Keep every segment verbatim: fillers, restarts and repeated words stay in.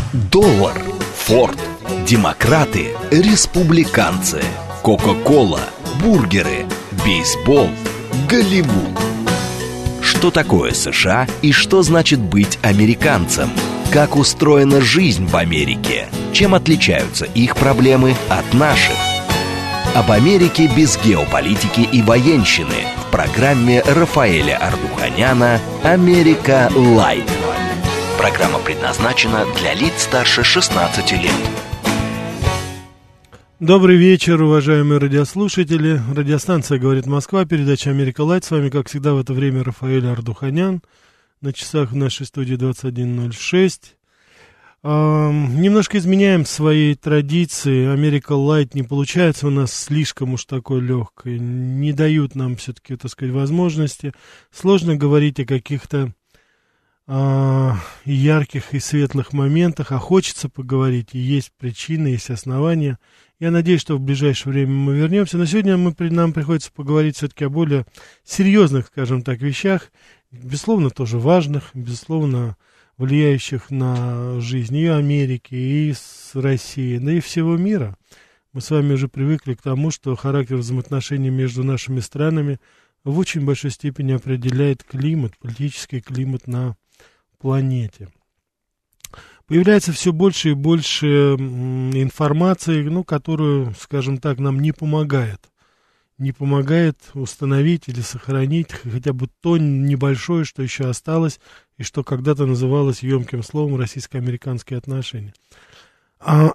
Доллар, Форд, демократы, республиканцы, Кока-кола, бургеры, бейсбол, Голливуд. Что такое США и что значит быть американцем? Как устроена жизнь в Америке? Чем отличаются их проблемы от наших? Об Америке без геополитики и военщины в программе Рафаэля Ардуханяна «Америка Лайт». Программа предназначена для лиц старше шестнадцати лет. Добрый вечер, уважаемые радиослушатели. Радиостанция «Говорит Москва», передача «Америка Лайт». С вами, как всегда, в это время Рафаэль Ардуханян. На часах в нашей студии двадцать один ноль шесть. Эм, немножко изменяем свои традиции. «Америка Лайт» не получается у нас слишком уж такой легкой. Не дают нам все-таки, так сказать, возможности. Сложно говорить о каких-то э, ярких и светлых моментах, а хочется поговорить. И есть причины, есть основания. Я надеюсь, что в ближайшее время мы вернемся. Но сегодня мы, нам приходится поговорить все-таки о более серьезных, скажем так, вещах. Безусловно, тоже важных, безусловно, влияющих на жизнь и Америки, и с России, да и всего мира. Мы с вами уже привыкли к тому, что характер взаимоотношений между нашими странами в очень большой степени определяет климат, политический климат на планете. Появляется все больше и больше информации, ну, которую, скажем так, нам не помогает. Не помогает установить или сохранить хотя бы то небольшое, что еще осталось, и что когда-то называлось емким словом российско-американские отношения. А,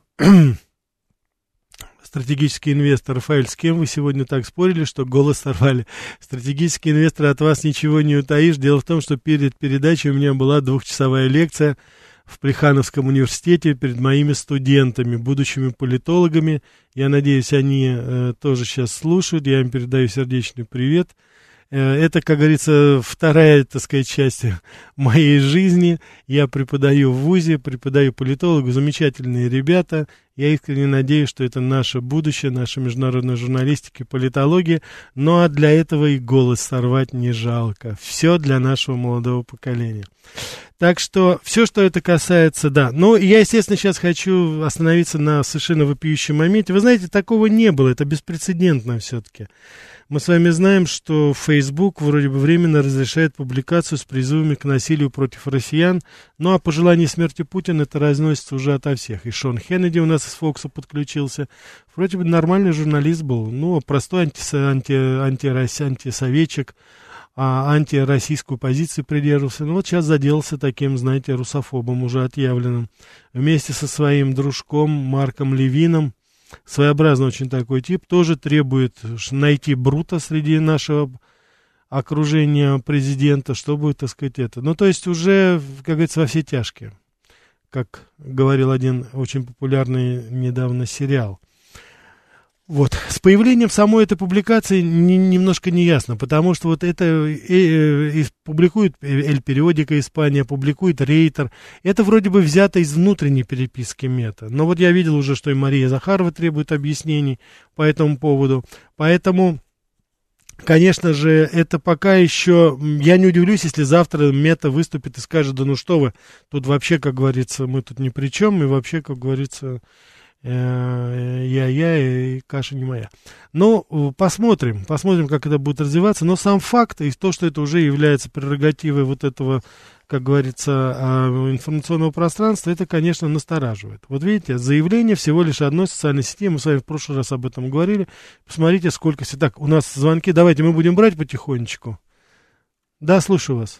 стратегический инвестор Рафаэль, с кем вы сегодня так спорили, что голос сорвали? Стратегический инвестор, от вас ничего не утаишь. Дело в том, что перед передачей у меня была двухчасовая лекция в Плехановском университете перед моими студентами, будущими политологами. Я надеюсь, они э, тоже сейчас слушают. Я им передаю сердечный привет. Э, это, как говорится, вторая, так сказать, часть моей жизни. Я преподаю в ВУЗе, преподаю политологу. Замечательные ребята. Я искренне надеюсь, что это наше будущее, наша международная журналистика и политология. Ну а для этого и голос сорвать не жалко. Все для нашего молодого поколения. Так что все, что это касается, да. Но я, естественно, сейчас хочу остановиться на совершенно вопиющем моменте. Вы знаете, такого не было, это беспрецедентно все-таки. Мы с вами знаем, что Facebook вроде бы временно разрешает публикацию с призывами к насилию против россиян. Ну а пожелание смерти Путина это разносится уже ото всех. И Шон Хеннеди у нас из Фокса подключился. Вроде бы нормальный журналист был, ну, простой анти, анти, анти, анти, антисоветчик. А антироссийскую позицию придерживался. Ну вот сейчас заделался таким, знаете, русофобом уже отъявленным. Вместе со своим дружком Марком Левином, своеобразный очень такой тип, тоже требует найти Брута среди нашего окружения президента, чтобы, так сказать, это... Ну, то есть уже, как говорится, во все тяжкие. Как говорил один очень популярный недавно сериал. Вот. С появлением самой этой публикации не, немножко неясно, потому что вот это э, э, публикует Эль Периодика Испания, публикует Рейтер. Это вроде бы взято из внутренней переписки Мета. Но вот я видел уже, что и Мария Захарова требует объяснений по этому поводу. Поэтому, конечно же, это пока еще... Я не удивлюсь, если завтра Мета выступит и скажет, да ну что вы, тут вообще, как говорится, мы тут ни при чем, и вообще, как говорится... Я-я, и каша не моя. Ну, посмотрим, посмотрим, как это будет развиваться. Но сам факт, и то, что это уже является прерогативой вот этого, как говорится, информационного пространства, это, конечно, настораживает. Вот видите, заявление всего лишь одной социальной сети, мы с вами в прошлый раз об этом говорили. Посмотрите, сколько... Так, у нас звонки, давайте мы будем брать потихонечку. Да, слушаю вас.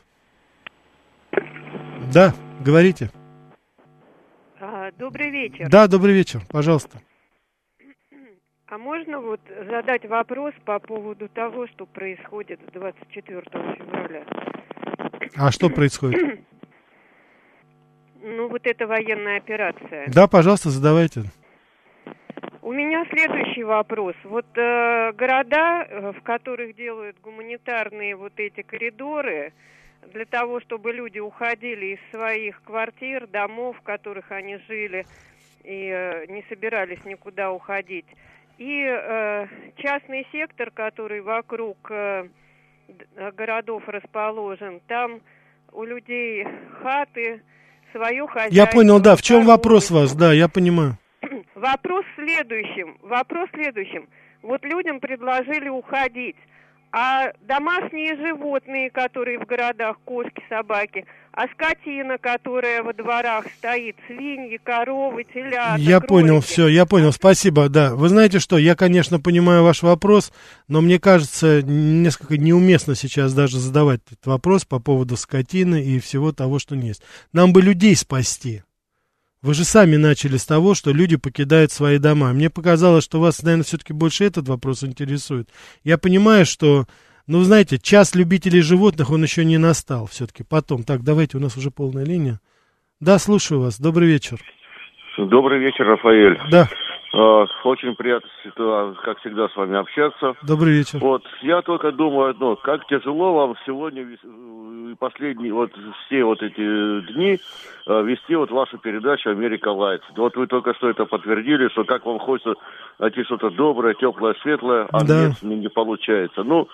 Да, говорите. Добрый вечер. Да, добрый вечер, пожалуйста. А можно вот задать вопрос по поводу того, что происходит двадцать четвёртого февраля? А что происходит? Ну, вот эта военная операция. Да, пожалуйста, задавайте. У меня следующий вопрос. Вот э, города, в которых делают гуманитарные вот эти коридоры, для того, чтобы люди уходили из своих квартир, домов, в которых они жили, и э, не собирались никуда уходить. И э, частный сектор, который вокруг э, городов расположен, там у людей хаты свое хозяйство. Я понял, да, в чем здоровье. вопрос вас, да, я понимаю. Вопрос в следующем, вопрос в следующем. Вот людям предложили уходить, а домашние животные, которые в городах, кошки, собаки, а скотина, которая во дворах стоит, свиньи, коровы, телята, Я кролики. понял, все, я понял, спасибо, да. Вы знаете что, я, конечно, понимаю ваш вопрос, но мне кажется, несколько неуместно сейчас даже задавать этот вопрос по поводу скотины и всего того, что есть. Нам бы людей спасти. Вы же сами начали с того, что люди покидают свои дома. Мне показалось, что вас, наверное, все-таки больше этот вопрос интересует. Я понимаю, что, ну, знаете, час любителей животных, он еще не настал все-таки. Потом. Так, давайте, у нас уже полная линия. Да, слушаю вас. Добрый вечер. Добрый вечер, Рафаэль. Да. Очень приятно, как всегда, с вами общаться. Добрый вечер. Вот, я только думаю одно, как тяжело вам сегодня, последние, вот все вот эти дни, вести вот вашу передачу «Америка Лайт». Вот вы только что это подтвердили, что как вам хочется найти что-то доброе, теплое, светлое, а да. нет, не, не получается. Ну,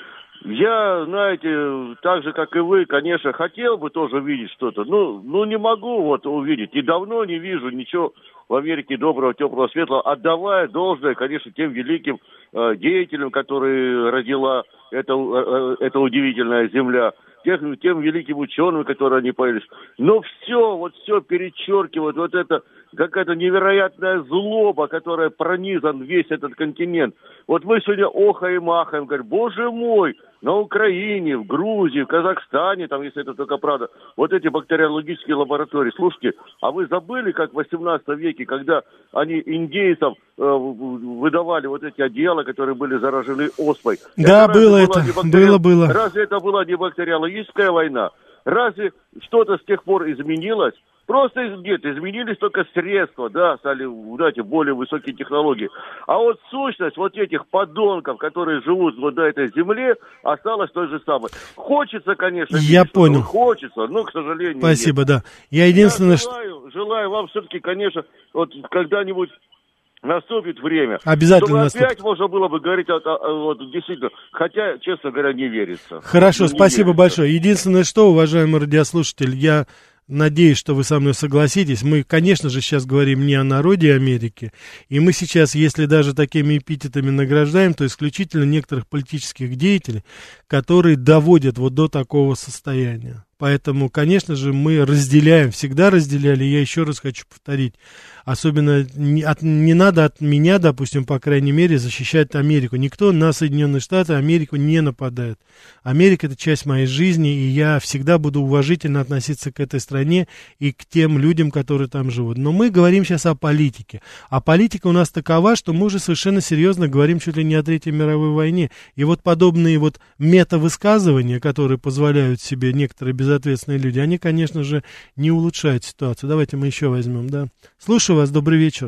я, знаете, так же, как и вы, конечно, хотел бы тоже видеть что-то, ну, ну не могу вот увидеть, и давно не вижу ничего в Америке доброго, теплого, светлого, отдавая должное, конечно, тем великим э, деятелям, которые родила эта, э, эта удивительная земля, тем, тем великим ученым, которые они появились. Но все, вот все перечеркивает, вот это какая-то невероятная злоба, которая пронизан весь этот континент. Вот мы сегодня охаем, ахаем, говорим, боже мой, на Украине, в Грузии, в Казахстане, там, если это только правда, вот эти бактериологические лаборатории. Слушайте, а вы забыли, как в восемнадцатом веке, когда они индейцам э, выдавали вот эти одеяла, которые были заражены оспой? Да, это было это, бактери... было, было. Разве это была не бактериологическая война? Разве что-то с тех пор изменилось? Просто нет, изменились только средства, да, стали, знаете, более высокие технологии. А вот сущность вот этих подонков, которые живут вот на этой земле, осталась той же самой. Хочется, конечно, я понял. Хочется, но, к сожалению, спасибо, нет. Да. Я единственное, Я желаю, желаю вам все-таки, конечно, вот когда-нибудь наступит время. Обязательно чтобы наступит. Опять можно было бы говорить, о, о, о, вот, действительно, хотя, честно говоря, не верится. Хорошо, не спасибо верится. большое. Единственное, что, уважаемый радиослушатель, я надеюсь, что вы со мной согласитесь. Мы, конечно же, сейчас говорим не о народе Америки. И мы сейчас, если даже такими эпитетами награждаем, то исключительно некоторых политических деятелей, которые доводят вот до такого состояния. Поэтому, конечно же, мы разделяем, всегда разделяли, я еще раз хочу повторить, особенно не, от, не надо от меня, допустим, по крайней мере, защищать Америку. Никто на Соединенные Штаты, Америку не нападает. Америка — это часть моей жизни, и я всегда буду уважительно относиться к этой стране и к тем людям, которые там живут. Но мы говорим сейчас о политике. А политика у нас такова, что мы уже совершенно серьезно говорим чуть ли не о Третьей мировой войне. И вот подобные вот метавысказывания, которые позволяют себе некоторые безответственные люди, они, конечно же, не улучшают ситуацию. Давайте мы еще возьмем, да. Слушаю вас, добрый вечер.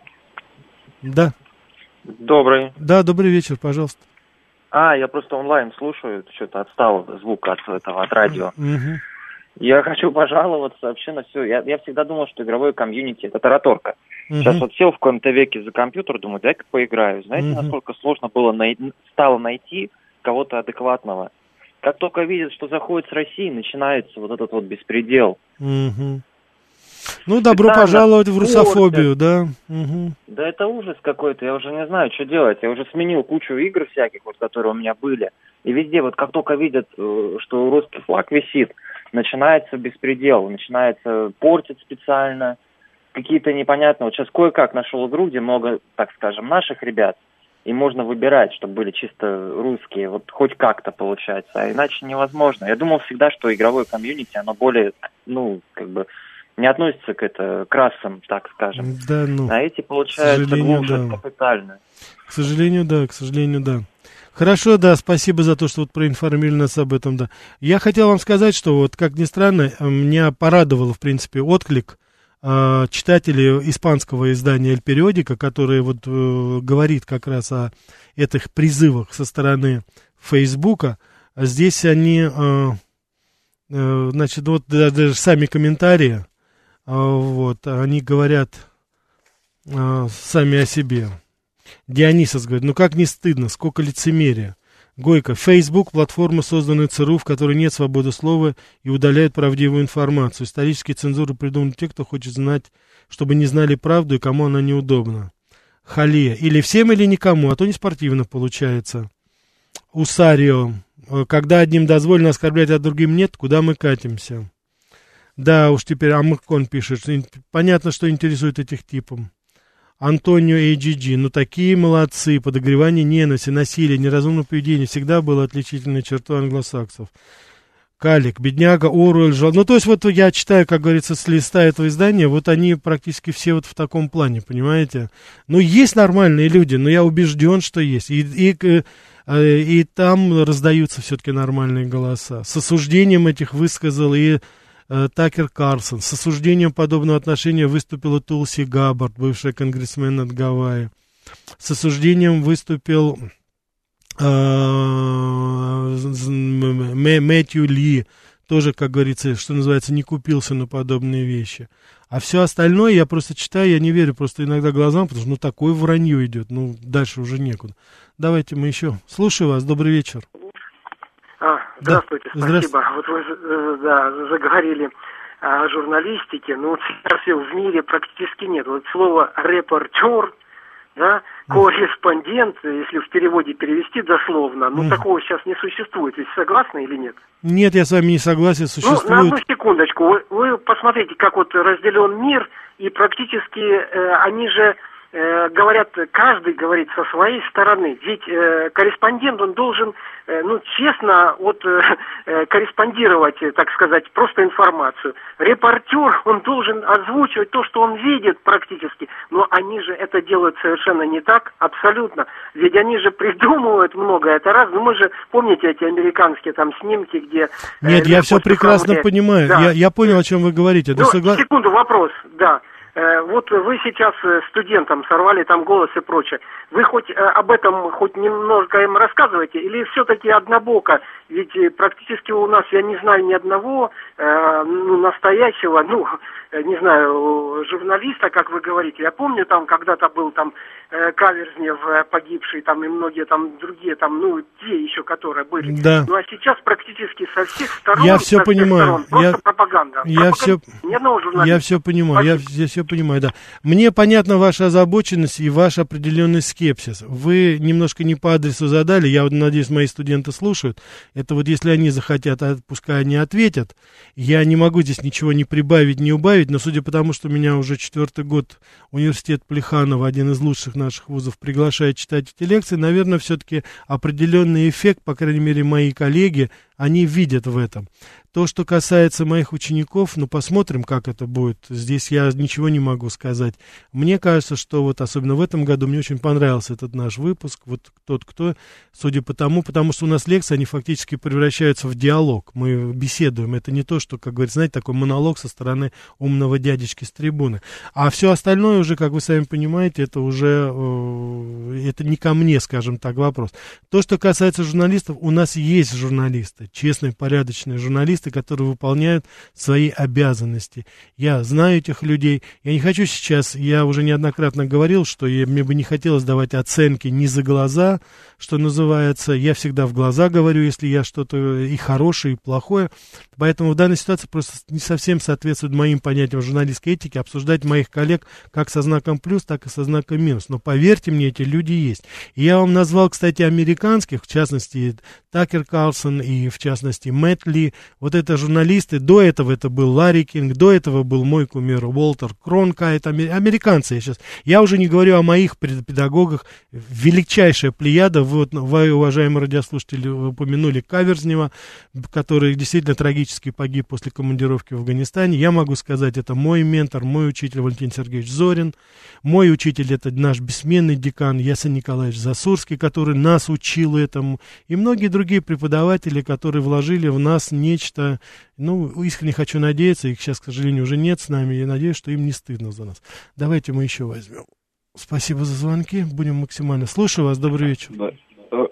Да. Добрый. Да, добрый вечер, пожалуйста. А, я просто онлайн слушаю, что-то отстал звук от этого, от радио. Угу. Я хочу пожаловаться вообще на все. Я, я всегда думал, что игровое комьюнити — это тараторка. Угу. Сейчас вот сел в каком-то веке за компьютер, думаю, дай-ка поиграю. Знаете, угу. насколько сложно было най- стало найти кого-то адекватного? Как только видят, что заходит с России, начинается вот этот вот беспредел. Угу. Ну, добро Специально пожаловать в русофобию, портят. да. Угу. Да это ужас какой-то, я уже не знаю, что делать. Я уже сменил кучу игр всяких, вот, которые у меня были. И везде, вот как только видят, что русский флаг висит, начинается беспредел, начинается портить специально. Какие-то непонятные. Вот сейчас кое-как нашел игру, где много, так скажем, наших ребят. И можно выбирать, чтобы были чисто русские. Вот хоть как-то получается. А иначе невозможно. Я думал всегда, что игровое комьюнити, оно более, ну, как бы, не относится к, это, к расам, так скажем. Да, ну, а эти, получается, глушат да. капитально. К сожалению, да, к сожалению, да. Хорошо, да, спасибо за то, что вот проинформировали нас об этом, да. Я хотел вам сказать, что вот, как ни странно, меня порадовало, в принципе, отклик э, читателей испанского издания «Эль Периодика», который вот э, говорит как раз о этих призывах со стороны Фейсбука. Здесь они, э, э, значит, вот даже сами комментарии, вот, они говорят э, сами о себе. Дионисос говорит, ну как не стыдно, сколько лицемерия. Гойко. Facebook — платформа, созданная ЦРУ, в которой нет свободы слова и удаляет правдивую информацию. Исторические цензуры придумали те, кто хочет знать, чтобы не знали правду и кому она неудобна. Хале. Или всем, или никому, а то не спортивно получается. Усарио. Когда одним дозволено оскорблять, а другим нет, куда мы катимся? Да, уж теперь Амуркон пишет. Понятно, что интересует этих типов. Антонио эй джи джи. Ну, такие молодцы. Подогревание ненависти, насилие, неразумное поведение всегда было отличительной чертой англосаксов. Калик, бедняга, Оруэлл, жал. Ну, то есть, вот я читаю, как говорится, с листа этого издания, вот они практически все вот в таком плане, понимаете? Ну, есть нормальные люди, но я убежден, что есть. И, и, и, и там раздаются все-таки нормальные голоса. С осуждением этих высказал и э, Такер Карлсон. С осуждением подобного отношения выступила Тулси Габбард, бывшая конгрессмен от Гавайи. С осуждением выступил Мэтью Ли, тоже, как говорится, что называется, не купился на подобные вещи. А все остальное я просто читаю, я не верю просто иногда глазам, потому что ну такое вранье идет, ну дальше уже некуда. Давайте мы еще. Слушаю вас, добрый вечер. А, здравствуйте, да. спасибо. Здравствуйте. Вот вы да, заговорили о журналистике, но вот сейчас в мире практически нет. Вот слово репортер, да, корреспондент, если в переводе перевести дословно, ну, mm. такого сейчас не существует. Ведь согласны или нет? Нет, я с вами не согласен, существует. Ну, на одну секундочку. Вы, вы посмотрите, как вот разделен мир, и практически э, они же э, говорят, каждый говорит со своей стороны. Ведь э, корреспондент, он должен, э, ну, честно вот, э, э, корреспондировать, э, так сказать, просто информацию. Репортер, он должен озвучивать то, что он видит практически. Но они же это делают совершенно не так, абсолютно. Ведь они же придумывают многое. Это раз. Ну, мы же, помните эти американские там снимки, где... Нет, э, я все прекрасно Саудия. понимаю. Да. Я, я понял, о чем вы говорите. Ну, согла... секунду, вопрос, да. Вот вы сейчас студентам сорвали там голос и прочее. Вы хоть об этом хоть немножко им рассказываете, или все-таки однобоко? Ведь практически у нас, я не знаю ни одного э, ну, настоящего, ну, не знаю, журналиста, как вы говорите. Я помню, там когда-то был там э, Каверзнев погибший, там и многие там другие, там, ну, те еще, которые были. Да. Ну, а сейчас практически со всех сторон... Я все понимаю. Сторон, просто я... пропаганда. Я пропаганда. все... Ни одного журналиста. Я все понимаю, я, я все понимаю, да. Мне понятна ваша озабоченность и ваш определенный скепсис. Вы немножко не по адресу задали, я вот надеюсь, мои студенты слушают. Это вот если они захотят, пускай они ответят. Я не могу здесь ничего не прибавить, не убавить, но судя по тому, что меня уже четвертый год университет Плеханова, один из лучших наших вузов, приглашает читать эти лекции, наверное, все-таки определенный эффект, по крайней мере, мои коллеги, они видят в этом. То, что касается моих учеников, ну, посмотрим, как это будет. Здесь я ничего не могу сказать. Мне кажется, что вот особенно в этом году мне очень понравился этот наш выпуск. Вот тот, кто, судя по тому, потому что у нас лекции, они фактически превращаются в диалог. Мы беседуем. Это не то, что, как говорится, знаете, такой монолог со стороны умного дядечки с трибуны. А все остальное уже, как вы сами понимаете, это уже, э, это не ко мне, скажем так, вопрос. То, что касается журналистов, у нас есть журналисты, честные, порядочные журналисты, которые выполняют свои обязанности. Я знаю этих людей. Я не хочу сейчас, я уже неоднократно говорил, что я, мне бы не хотелось давать оценки ни за глаза, что называется. Я всегда в глаза говорю, если я что-то и хорошее, и плохое. Поэтому в данной ситуации просто не совсем соответствует моим понятиям журналистской этики обсуждать моих коллег как со знаком плюс, так и со знаком минус. Но поверьте мне, эти люди есть. И я вам назвал, кстати, американских, в частности, Такер Карлсон и, в частности, Мэтт Ли. Вот это журналисты. До этого это был Ларри Кинг, до этого был мой кумир Уолтер Кронкайт. Американцы я сейчас. Я уже не говорю о моих педагогах. Величайшая плеяда. Вы, вот, вы, уважаемые радиослушатели, упомянули Каверзнева, который действительно трагически погиб после командировки в Афганистане. Я могу сказать, это мой ментор, мой учитель Валентин Сергеевич Зорин. Мой учитель — это наш бессменный декан Ясен Николаевич Засурский, который нас учил этому. И многие другие преподаватели, которые вложили в нас нечто, ну, искренне хочу надеяться, их сейчас, к сожалению, уже нет с нами, я надеюсь, что им не стыдно за нас. Давайте мы еще возьмем. Спасибо за звонки, будем максимально. Слушаю вас, добрый вечер.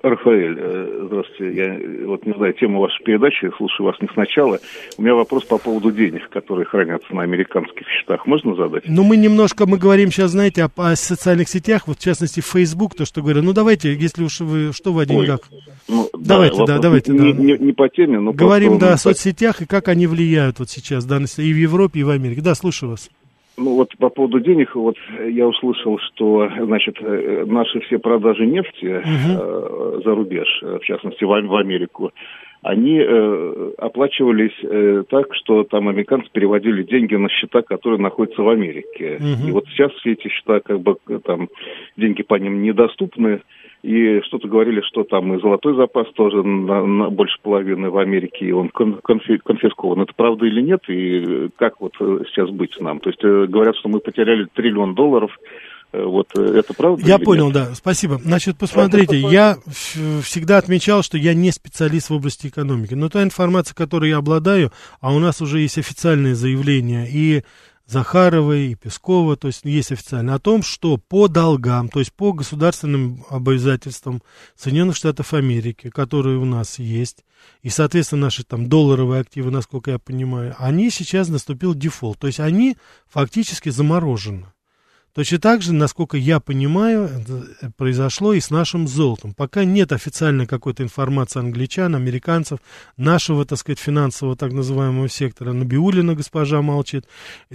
Рафаэль, здравствуйте. Я вот не знаю тему вашей передачи, слушаю вас не сначала. У меня вопрос по поводу денег, которые хранятся на американских счетах. Можно задать? Ну, мы немножко, мы говорим сейчас, знаете, о, о социальных сетях, вот в частности, Facebook, то, что говорю. Ну, давайте, если уж вы, что вы о деньгах? Ой, ну, давайте, да, да давайте. Не, да. Не, не по теме, но говорим, просто, да, о соцсетях и как они влияют вот сейчас, да, и в Европе, и в Америке. Да, слушаю вас. Ну вот по поводу денег, вот я услышал, что, значит, наши все продажи нефти uh-huh. э, за рубеж, в частности в, в Америку, они э, оплачивались э, так, что там американцы переводили деньги на счета, которые находятся в Америке. Uh-huh. И вот сейчас все эти счета, как бы там деньги по ним недоступны. И что-то говорили, что там и золотой запас тоже на, на больше половины в Америке, и он конфи, конфискован. Это правда или нет? И как вот сейчас быть нам? То есть говорят, что мы потеряли триллион долларов. Вот это правда? Я понял, нет? Да. Спасибо. Значит, посмотрите, я всегда отмечал, что я не специалист в области экономики. Но та информация, которой я обладаю, а у нас уже есть официальные заявления и Захаровой и Пескова, то есть есть официально, о том, что по долгам, то есть по государственным обязательствам Соединенных Штатов Америки, которые у нас есть, и, соответственно, наши там долларовые активы, насколько я понимаю, они сейчас наступил дефолт, то есть они фактически заморожены. Точно так же, насколько я понимаю, произошло и с нашим золотом. Пока нет официальной какой-то информации англичан, американцев, нашего, так сказать, финансового так называемого сектора, Набиуллина госпожа молчит.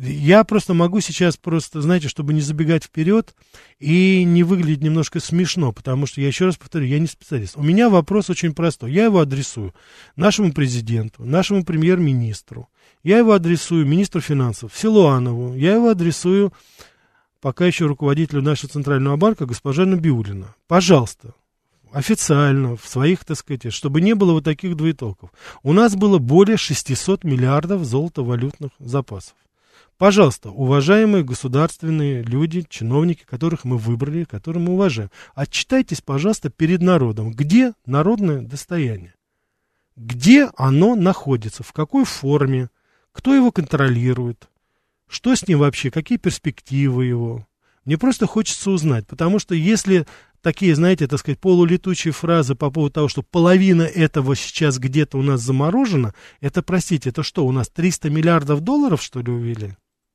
Я просто могу сейчас просто, знаете, чтобы не забегать вперед и не выглядеть немножко смешно, потому что, я еще раз повторю, я не специалист. У меня вопрос очень простой. Я его адресую нашему президенту, нашему премьер-министру. Я его адресую министру финансов Силуанову. Я его адресую пока еще руководителю нашего Центрального банка, госпожа Набиуллина. Пожалуйста, официально, в своих, так сказать, чтобы не было вот таких двоетоков. У нас было более шестьсот миллиардов золотовалютных запасов. Пожалуйста, уважаемые государственные люди, чиновники, которых мы выбрали, которых мы уважаем, отчитайтесь, пожалуйста, перед народом, где народное достояние, где оно находится, в какой форме, кто его контролирует. Что с ним вообще, какие перспективы его? Мне просто хочется узнать, потому что если такие, знаете, так сказать, полулетучие фразы по поводу того, что половина этого сейчас где-то у нас заморожена, это, простите, это что, у нас триста миллиардов долларов, что ли, увели?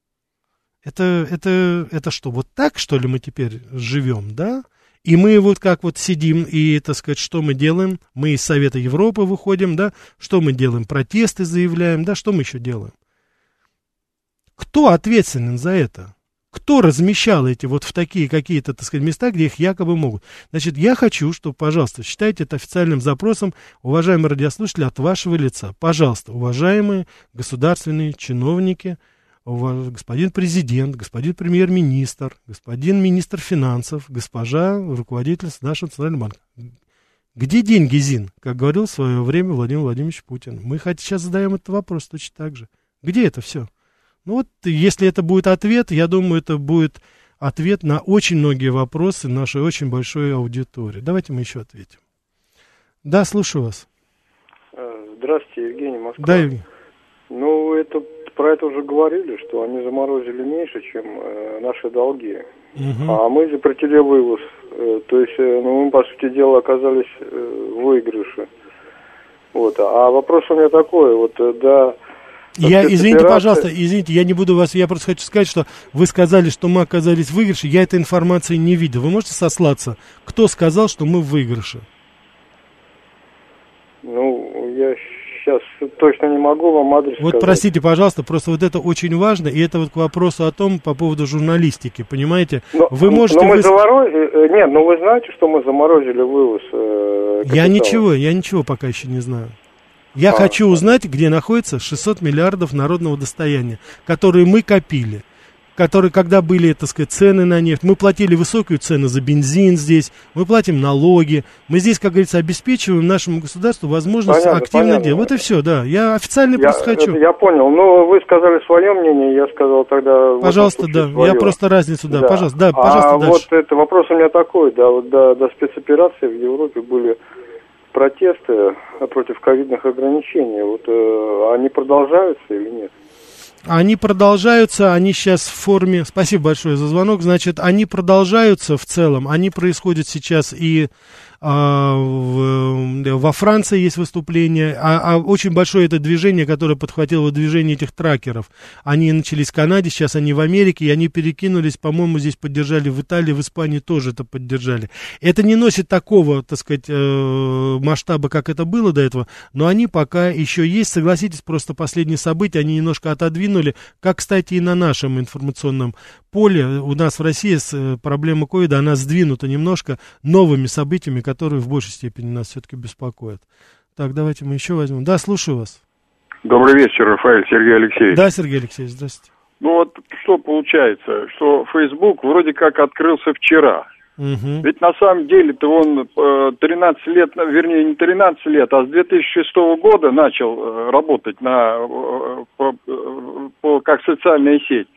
Это, это, это что, вот так, что ли, мы теперь живем, да? И мы вот как вот сидим и, так сказать, что мы делаем? Мы из Совета Европы выходим, да? Что мы делаем? Протесты заявляем, да? Что мы еще делаем? Кто ответственен за это? Кто размещал эти вот в такие какие-то, так сказать, места, где их якобы могут? Значит, я хочу, чтобы, пожалуйста, считайте это официальным запросом, уважаемые радиослушатели, от вашего лица. Пожалуйста, уважаемые государственные чиновники, господин президент, господин премьер-министр, господин министр финансов, госпожа руководитель нашего Центрального банка. Где деньги, Зин? Как говорил в свое время Владимир Владимирович Путин. Мы хоть сейчас задаем этот вопрос точно так же. Где это все? Ну вот, если это будет ответ, я думаю, это будет ответ на очень многие вопросы нашей очень большой аудитории. Давайте мы еще ответим. Да, слушаю вас. Здравствуйте, Евгений, Москва. Да, Евгений. Ну, это, про это уже говорили, что они заморозили меньше, чем э, наши долги. Угу. А мы запретили вывоз. Э, то есть, э, ну, мы, по сути дела, оказались э, в выигрыше. Вот. А вопрос у меня такой, вот, э, да... Я, извините, операции... пожалуйста, извините, я не буду вас, я просто хочу сказать, что вы сказали, что мы оказались в выигрыше, я этой информации не видел. Вы можете сослаться? Кто сказал, что мы в выигрыше? Ну, я сейчас точно не могу вам адрес Вот сказать. Простите, пожалуйста, просто вот это очень важно, и это вот к вопросу о том, по поводу журналистики, понимаете? Но, вы можете... Но мы вы... заморозили... Нет, ну вы знаете, что мы заморозили вывоз э, капитала? Я ничего, я ничего пока еще не знаю. Я а, хочу узнать, где находится шестьсот миллиардов народного достояния, которые мы копили, которые, когда были, так сказать, цены на нефть, мы платили высокую цену за бензин здесь, мы платим налоги, мы здесь, как говорится, обеспечиваем нашему государству возможность понятно, активно делать. Вот и все, да, я официально я, просто хочу. Я понял, но вы сказали свое мнение, я сказал тогда... Пожалуйста, да, свое. Я просто разницу, да, да. пожалуйста, да, пожалуйста, а дальше. вот это вопрос у меня такой, да, вот до, до спецоперации в Европе были... протесты против ковидных ограничений, вот э, они продолжаются или нет? Они продолжаются, они сейчас в форме... Спасибо большое за звонок. Значит, они продолжаются в целом. Они происходят сейчас и а, в, во Франции есть выступление. А, а очень большое это движение, которое подхватило движение этих тракеров. Они начались в Канаде, сейчас они в Америке, и они перекинулись, по-моему, здесь поддержали в Италии, в Испании тоже это поддержали. Это не носит такого, так сказать, э, масштаба, как это было до этого, но они пока еще есть. Согласитесь, просто последние события, они немножко отодвинули, как, кстати, и на нашем информационном поле. У нас в России с, проблема ковида, она сдвинута немножко новыми событиями, которые в большей степени нас все-таки беспокоят. Так, давайте мы еще возьмем. Да, слушаю вас. Добрый вечер, Рафаэль, Сергей Алексеевич. Да, Сергей Алексеевич, здравствуйте. Ну вот что получается, что Facebook вроде как открылся вчера. Угу. Ведь на самом деле-то он тринадцать лет, вернее не тринадцать лет, а с две тысячи шестого года начал работать на, по, по, как социальная сеть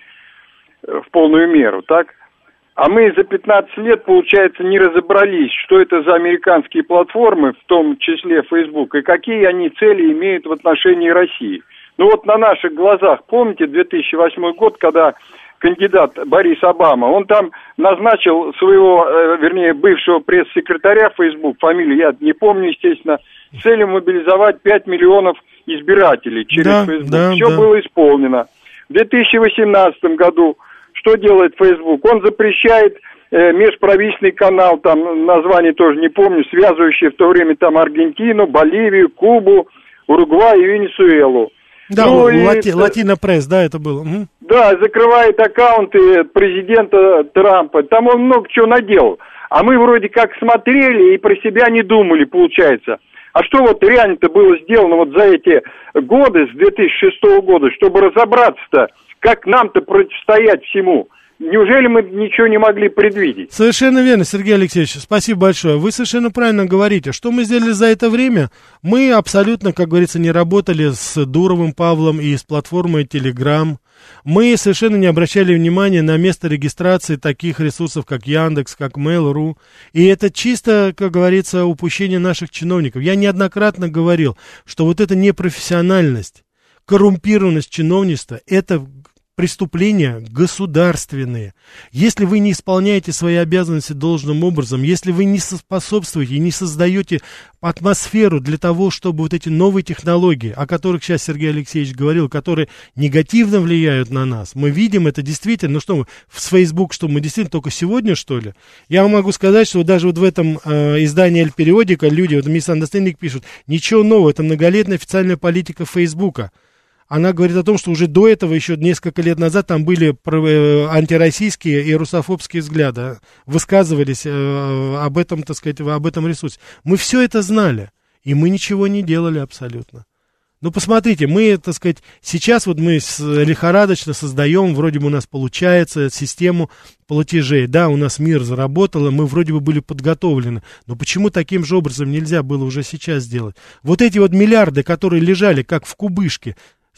в полную меру, так? А мы за пятнадцать лет, получается, не разобрались, что это за американские платформы, в том числе Facebook, и какие они цели имеют в отношении России. Ну вот на наших глазах, помните, две тысячи восьмой год, когда кандидат Борис Обама, он там назначил своего, вернее, бывшего пресс-секретаря Facebook, фамилию я не помню, естественно, с целью мобилизовать пять миллионов избирателей через да, Facebook. Да, Все да. было исполнено. В две тысячи восемнадцатом году что делает Facebook? Он запрещает э, межправительственный канал, там название тоже не помню, связывающий в то время там Аргентину, Боливию, Кубу, Уругвай и Венесуэлу. Да, ну, Лати, и, Латино Пресс, да, это было. Угу. Да, закрывает аккаунты президента Трампа, там он много чего наделал. А мы вроде как смотрели и про себя не думали, получается. А что вот реально-то было сделано вот за эти годы, с две тысячи шестого года, чтобы разобраться-то, как нам-то противостоять всему? Неужели мы ничего не могли предвидеть? Совершенно верно, Сергей Алексеевич, спасибо большое. Вы совершенно правильно говорите. Что мы сделали за это время? Мы абсолютно, как говорится, не работали с Дуровым Павлом и с платформой Telegram. Мы совершенно не обращали внимания на место регистрации таких ресурсов, как Яндекс, как Mail.ru. И это чисто, как говорится, упущение наших чиновников. Я неоднократно говорил, что вот эта непрофессиональность, коррумпированность чиновничества – это преступления государственные. Если вы не исполняете свои обязанности должным образом, если вы не способствуете и не создаете атмосферу для того, чтобы вот эти новые технологии, о которых сейчас Сергей Алексеевич говорил, которые негативно влияют на нас, мы видим это действительно, ну что мы, в Facebook, что мы действительно только сегодня, что ли? Я вам могу сказать, что вот даже вот в этом э, издании «Эль-периодика» люди, вот Misunderstanding пишут, ничего нового, это многолетняя официальная политика Фейсбука. Она говорит о том, что уже до этого, еще несколько лет назад, там были антироссийские и русофобские взгляды, высказывались э, об этом, так сказать, об этом ресурсе. Мы все это знали, и мы ничего не делали абсолютно. Ну, посмотрите, мы, так сказать, сейчас вот мы лихорадочно создаем, вроде бы у нас получается, систему платежей. Да, у нас мир заработал, мы вроде бы были подготовлены. Но почему таким же образом нельзя было уже сейчас сделать? Вот эти вот миллиарды, которые лежали как в кубышке,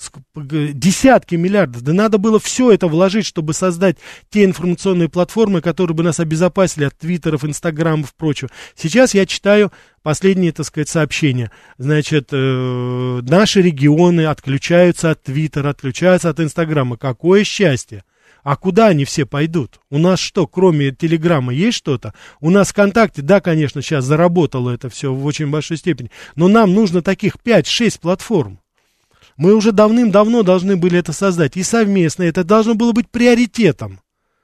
десятки миллиардов, да надо было все это вложить, чтобы создать те информационные платформы, которые бы нас обезопасили от твиттеров, инстаграмов и прочего. Сейчас я читаю последние, так сказать, сообщения. Значит, э, наши регионы отключаются от твиттера, отключаются от инстаграма. Какое счастье! А куда они все пойдут? У нас что, кроме Телеграма, есть что-то? У нас ВКонтакте, да, конечно, сейчас заработало это все в очень большой степени, но нам нужно таких пять-шесть платформ. Мы уже давным-давно должны были это создать, и совместно это должно было быть приоритетом.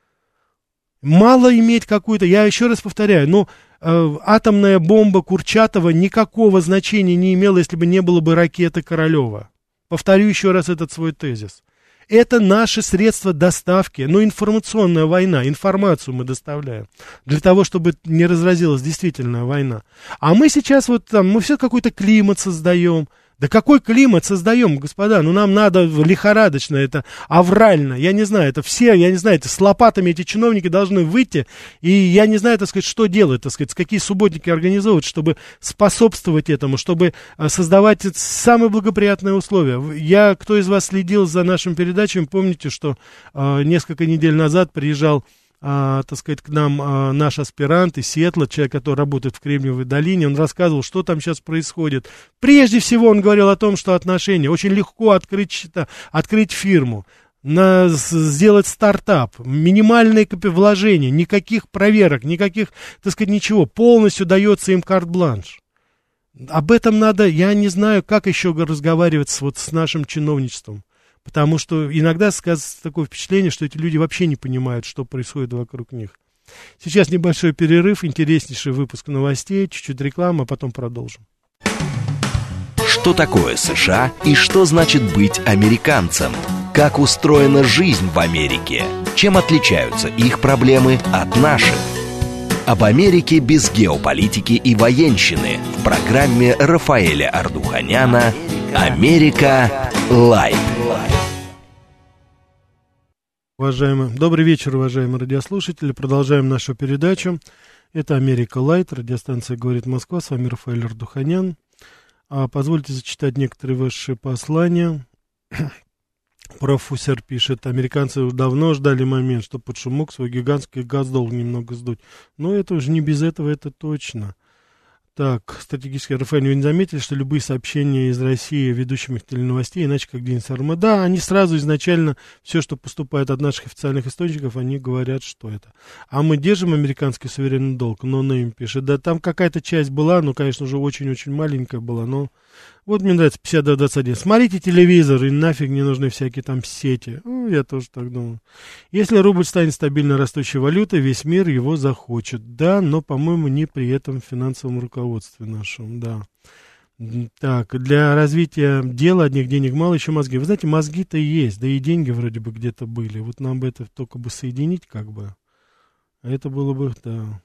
Мало иметь какую-то, я еще раз повторяю, но э, атомная бомба Курчатова никакого значения не имела, если бы не было бы ракеты Королева. Повторю еще раз этот свой тезис. Это наши средства доставки, ну, информационная война, информацию мы доставляем, для того, чтобы не разразилась действительная война. А мы сейчас вот там, мы все какой-то климат создаем. Да какой климат создаем, господа? Ну, нам надо лихорадочно, это аврально, я не знаю, это все, я не знаю, это с лопатами эти чиновники должны выйти, и я не знаю, так сказать, что делать, так сказать, какие субботники организовывать, чтобы способствовать этому, чтобы создавать самые благоприятные условия. Я, кто из вас следил за нашими передачами, помните, что э, несколько недель назад приезжал а, так сказать, к нам а, наш аспирант из Сиэтла, человек, который работает в Кремниевой долине, он рассказывал, что там сейчас происходит. Прежде всего он говорил о том, что отношения, очень легко открыть счета, открыть фирму, на, сделать стартап, минимальные вложения, никаких проверок, никаких, так сказать, ничего, полностью дается им карт-бланш. Об этом надо, я не знаю, как еще разговаривать с, вот, с нашим чиновничеством, потому что иногда сказывается такое впечатление, что эти люди вообще не понимают, что происходит вокруг них. Сейчас небольшой перерыв, интереснейший выпуск новостей, чуть-чуть рекламы, а потом продолжим. Что такое США и что значит быть американцем? Как устроена жизнь в Америке? Чем отличаются их проблемы от наших? Об Америке без геополитики и военщины в программе Рафаэля Ардуханяна «Америка Лайт». Уважаемые, добрый вечер, уважаемые радиослушатели. Продолжаем нашу передачу. Это «Америка Лайт», радиостанция «Говорит Москва». С вами Рафаэль Ардуханян. А позвольте зачитать некоторые ваши послания. Профессор пишет: американцы давно ждали момент, чтобы под шумок свой гигантский газдолг немного сдуть. Но это уже не без этого, это точно. Так, стратегически, Рафаэль, вы не заметили, что любые сообщения из России ведущими теленовостей, иначе как Денис Арма, да, они сразу изначально, все, что поступает от наших официальных источников, они говорят, что это. А мы держим американский суверенный долг, но Нейм пишет, да, там какая-то часть была, ну, конечно, уже очень-очень маленькая была, но вот мне нравится пятьдесят два двадцать один. Смотрите телевизор, и нафиг не нужны всякие там сети. Ну, я тоже так думаю. Если рубль станет стабильно растущей валютой, весь мир его захочет. Да, но, по-моему, не при этом финансовом руководстве нашем, да. Так, для развития дела одних денег мало, еще мозги. Вы знаете, мозги-то есть, да и деньги вроде бы где-то были. Вот нам бы это только бы соединить как бы. А это было бы, да...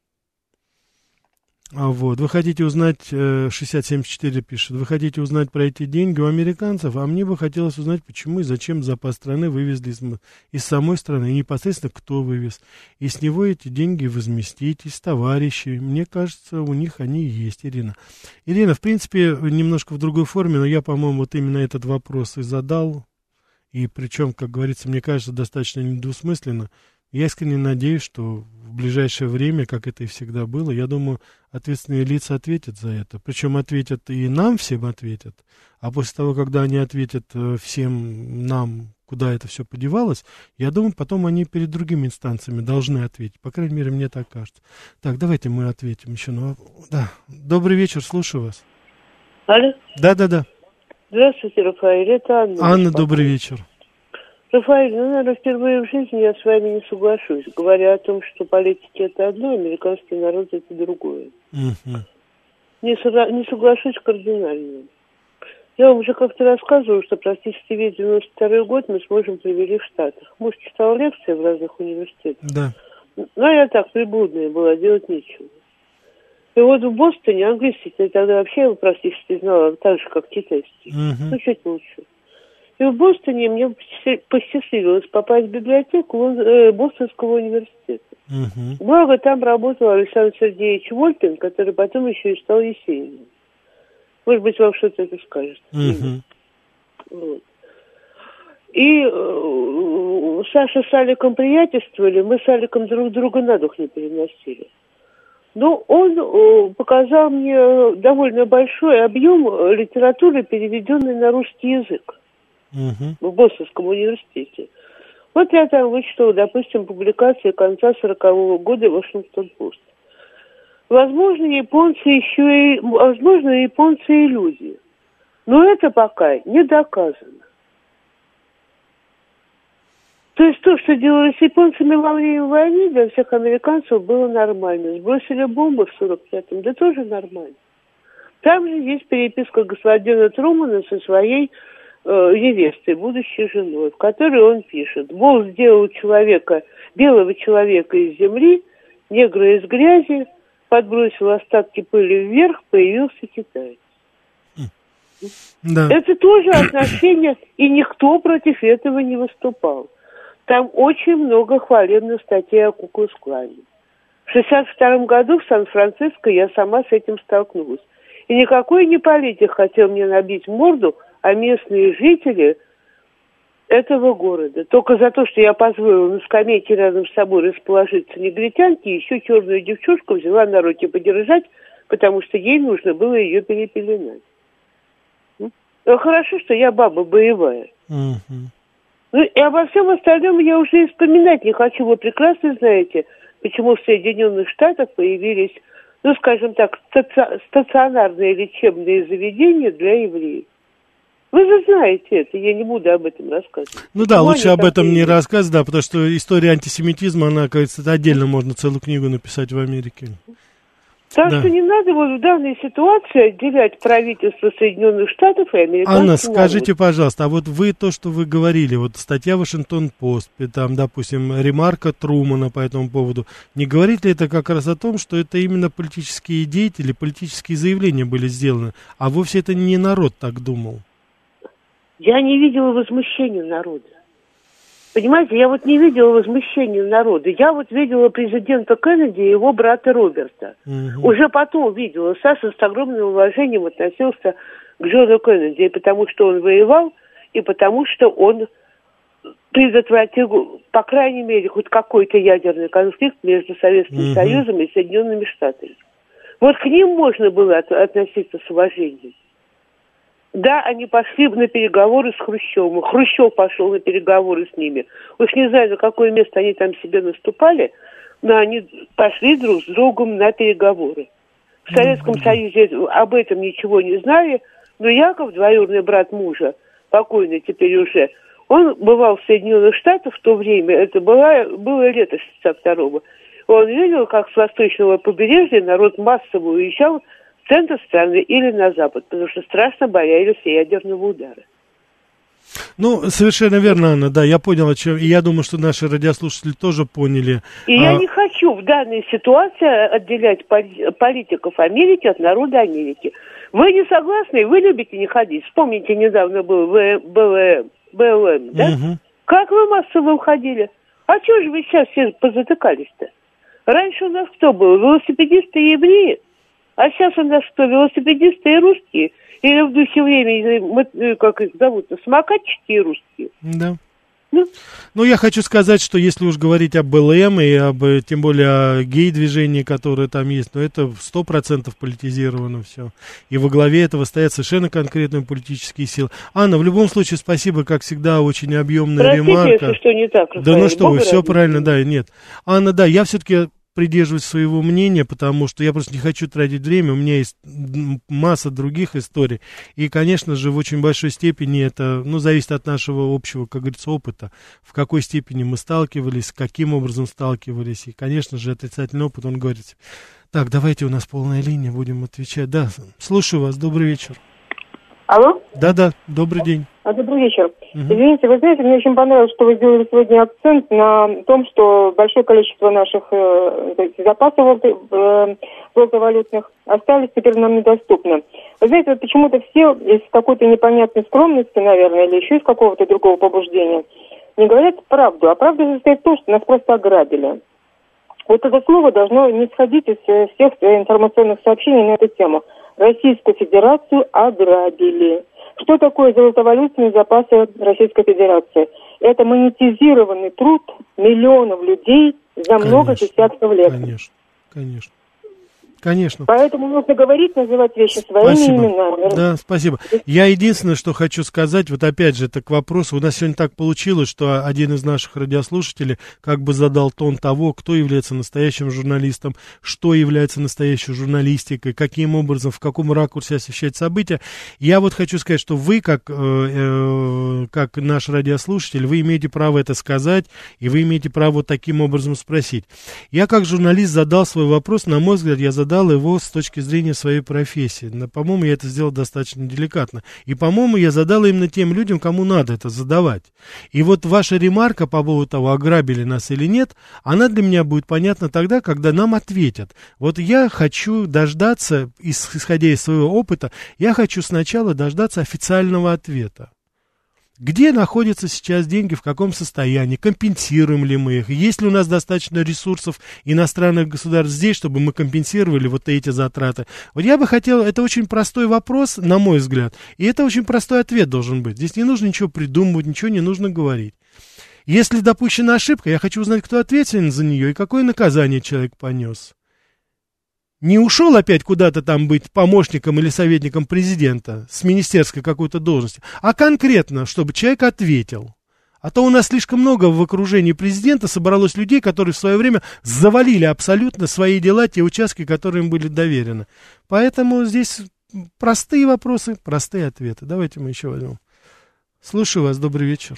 А вот, вы хотите узнать, шестьдесят семьдесят четыре пишет, вы хотите узнать про эти деньги у американцев, а мне бы хотелось узнать, почему и зачем запас страны вывезли из, из самой страны, и непосредственно кто вывез, и с него эти деньги возместить, из товарищей, мне кажется, у них они есть, Ирина. Ирина, в принципе, немножко в другой форме, но я, по-моему, вот именно этот вопрос и задал, и причем, как говорится, мне кажется, достаточно недвусмысленно. Я искренне надеюсь, что в ближайшее время, как это и всегда было, я думаю, ответственные лица ответят за это. Причем ответят и нам всем ответят. А после того, когда они ответят всем нам, куда это все подевалось, я думаю, потом они перед другими инстанциями должны ответить. По крайней мере, мне так кажется. Так, давайте мы ответим еще. Ну, да. Добрый вечер, слушаю вас. Алло? Да-да-да. Здравствуйте, Рафаэль, это Анна. Анна, добрый вечер. Рафаэль, ну, наверное, впервые в жизни я с вами не соглашусь, говоря о том, что политики это одно, американский народ это другое. Uh-huh. Не, со- не соглашусь кардинально. Я вам уже как-то рассказывала, что практически весь девяносто второй год мы с мужем провели в Штатах. Муж читал лекции в разных университетах. Да. Но я так, приблудная была, делать нечего. И вот в Бостоне английский я тогда вообще его практически знала, так же, как китайский. Uh-huh. Ну, чуть лучше. И в Бостоне мне посчастливилось попасть в библиотеку э, Бостонского университета. Uh-huh. Благо, там работал Александр Сергеевич Вольпин, который потом еще и стал Есениным. Может быть, вам что-то это скажет. Uh-huh. Вот. И э, Саша с Аликом приятельствовали, мы с Аликом друг друга на дух не переносили. Но он э, показал мне довольно большой объем литературы, переведенной на русский язык. Uh-huh. В Бостонском университете. Вот я там вычитала, допустим, публикации конца сорокового года Вашингтон-Пост. Возможно, японцы еще и... Возможно, японцы и люди. Но это пока не доказано. То есть то, что делали с японцами во время войны, для всех американцев было нормально. Сбросили бомбы в сорок пятом, да тоже нормально. Там же есть переписка господина Трумана со своей невестой, будущей женой, в которой он пишет: Бог сделал человека, белого человека из земли, негра из грязи, подбросил остатки пыли вверх, появился китаец. Да. Это тоже отношение, и никто против этого не выступал. Там очень много хвалебных статей о Ку-клукс-клане. В шестьдесят втором году в Сан-Франциско я сама с этим столкнулась. И никакой не политик хотел мне набить морду, а местные жители этого города. Только за то, что я позволила на скамейке рядом с собой расположиться негритянке, еще черную девчушку взяла на руки подержать, потому что ей нужно было ее перепеленать. Ну, хорошо, что я баба боевая. Mm-hmm. Ну, и обо всем остальном я уже и вспоминать не хочу. Вы прекрасно знаете, почему в Соединенных Штатах появились, ну, скажем так, стаци- стационарные лечебные заведения для евреев. Вы же знаете это, я не буду об этом рассказывать. Ну да, Почему лучше об этом появились? не рассказывать, да, потому что история антисемитизма, она, кажется, отдельно можно целую книгу написать в Америке. Так Да. что не надо вот в данной ситуации отделять правительство Соединенных Штатов и американский Анна, народ. скажите, пожалуйста, а вот вы то, что вы говорили, вот статья Вашингтон-Пост, там, допустим, ремарка Трумана по этому поводу, не говорит ли это как раз о том, что это именно политические деятели, политические заявления были сделаны, а вовсе это не народ так думал? Я не видела возмущения народа. Понимаете, я вот не видела возмущения народа. Я вот видела президента Кеннеди и его брата Роберта. Угу. Уже потом видела. Саша с огромным уважением относился к Джону Кеннеди, потому что он воевал, и потому что он предотвратил, по крайней мере, хоть какой-то ядерный конфликт между Советским угу. Союзом и Соединенными Штатами. Вот к ним можно было от- относиться с уважением. Да, они пошли на переговоры с Хрущевым. Хрущев пошел на переговоры с ними. Уж не знаю, на какое место они там себе наступали, но они пошли друг с другом на переговоры. В Советском mm-hmm. Союзе об этом ничего не знали, но Яков, двоюродный брат мужа, покойный теперь уже, он бывал в Соединенных Штатах в то время, это было, было лето шестьдесят второго. Он видел, как с восточного побережья народ массово уезжал в центр страны или на запад, потому что страшно боялись ядерного удара. Ну, совершенно верно, Анна, да, я понял, о чем, и я думаю, что наши радиослушатели тоже поняли. И а... я не хочу в данной ситуации отделять политиков Америки от народа Америки. Вы не согласны, вы любите не ходить. Вспомните, недавно был БЛМ, БЛМ, да? Угу. Как вы массово уходили? А чего же вы сейчас все позатыкались-то? Раньше у нас кто был? Велосипедисты и евреи? А сейчас у нас что, велосипедисты и русские? Или в духе времени, как их зовут, самокатчики и русские? Да. Ну? ну, я хочу сказать, что если уж говорить об БЛМ и об, тем более о гей-движении, которое там есть, ну, это сто процентов политизировано все. И во главе этого стоят совершенно конкретные политические силы. Анна, в любом случае, спасибо, как всегда, очень объемная Простите, ремарка. Если что не так, Рафаэль, да ну что вы, все разница. правильно, да, нет. Анна, да, я все-таки... придерживаюсь своего мнения, потому что я просто не хочу тратить время, у меня есть масса других историй, и, конечно же, в очень большой степени это, ну, зависит от нашего общего, как говорится, опыта, в какой степени мы сталкивались, каким образом сталкивались, и, конечно же, отрицательный опыт, он говорит. Так, давайте, у нас полная линия, будем отвечать. Да, слушаю вас, добрый вечер. Алло? Да-да, добрый день. А, добрый вечер. Угу. Извините, вы знаете, мне очень понравилось, что вы сделали сегодня акцент на том, что большое количество наших э, запасов э, золотовалютных остались теперь нам недоступны. Вы знаете, вот почему-то все из какой-то непонятной скромности, наверное, или еще из какого-то другого побуждения, не говорят правду. А правда состоит в том, что нас просто ограбили. Вот это слово должно не сходить из всех информационных сообщений на эту тему. Российскую Федерацию ограбили. Что такое золотовалютные запасы Российской Федерации? Это монетизированный труд миллионов людей за конечно, много десятков лет. Конечно, конечно. Конечно. Поэтому нужно говорить, называть вещи своими спасибо. именами. Да, спасибо. Я единственное, что хочу сказать, вот опять же, это к вопросу, у нас сегодня так получилось, что один из наших радиослушателей как бы задал тон того, кто является настоящим журналистом, что является настоящей журналистикой, каким образом, в каком ракурсе освещать события. Я вот хочу сказать, что вы, как, э, э, как наш радиослушатель, вы имеете право это сказать, и вы имеете право вот таким образом спросить. Я как журналист задал свой вопрос, на мой взгляд, я задал его с точки зрения своей профессии. По-моему, я это сделал достаточно деликатно. И, по-моему, я задал именно тем людям, кому надо это задавать. И вот ваша ремарка по поводу того, ограбили нас или нет, она для меня будет понятна тогда, когда нам ответят. Вот я хочу дождаться, исходя из своего опыта, я хочу сначала дождаться официального ответа. Где находятся сейчас деньги, в каком состоянии, компенсируем ли мы их, есть ли у нас достаточно ресурсов иностранных государств здесь, чтобы мы компенсировали вот эти затраты. Вот я бы хотел, это очень простой вопрос, на мой взгляд, и это очень простой ответ должен быть. Здесь не нужно ничего придумывать, ничего не нужно говорить. Если допущена ошибка, я хочу узнать, кто ответственен за нее и какое наказание человек понес. Не ушел опять куда-то там быть помощником или советником президента с министерской какой-то должности, а конкретно, чтобы человек ответил. А то у нас слишком много в окружении президента собралось людей, которые в свое время завалили абсолютно свои дела, те участки, которые им были доверены. Поэтому здесь простые вопросы, простые ответы. Давайте мы еще возьмем. Слушаю вас, добрый вечер.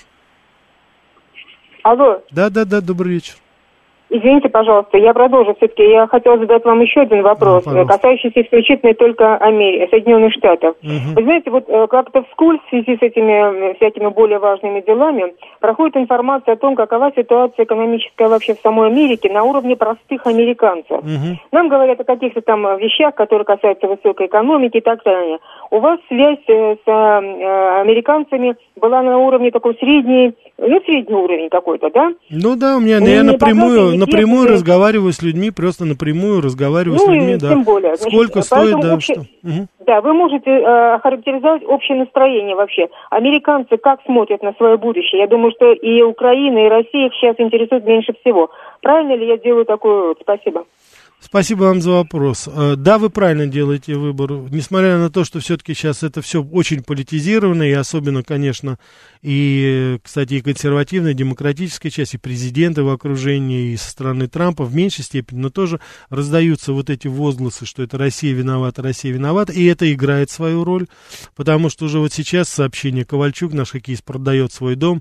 Алло. Да-да-да, добрый вечер. Извините, пожалуйста, я продолжу. Все-таки я хотела задать вам еще один вопрос, да, касающийся исключительно только Америки, Соединенных Штатов. Угу. Вы знаете, вот как-то вскользь в связи с этими всякими более важными делами проходит информация о том, какова ситуация экономическая вообще в самой Америке на уровне простых американцев. Угу. Нам говорят о каких-то там вещах, которые касаются высокой экономики и так далее. У вас связь с э, американцами была на уровне такой средний, ну, средний уровень какой-то, да? Ну да, у меня, я напрямую, напрямую разговариваю с людьми, просто напрямую разговариваю ну, с людьми, да. Тем более. Сколько Значит, стоит, да, обще... что? Угу. Да, вы можете э, характеризовать общее настроение вообще. Американцы как смотрят на свое будущее? Я думаю, что и Украина, и Россия их сейчас интересует меньше всего. Правильно ли я делаю такой вывод? Спасибо. Спасибо вам за вопрос. Да, вы правильно делаете выбор. Несмотря на то, что все-таки сейчас это все очень политизировано, и особенно, конечно, и, кстати, и консервативная, и демократическая часть, и президенты в окружении, и со стороны Трампа в меньшей степени, но тоже раздаются вот эти возгласы, что это Россия виновата, Россия виновата, и это играет свою роль, потому что уже вот сейчас сообщение: Ковальчук, наш хоккеист, продает свой дом,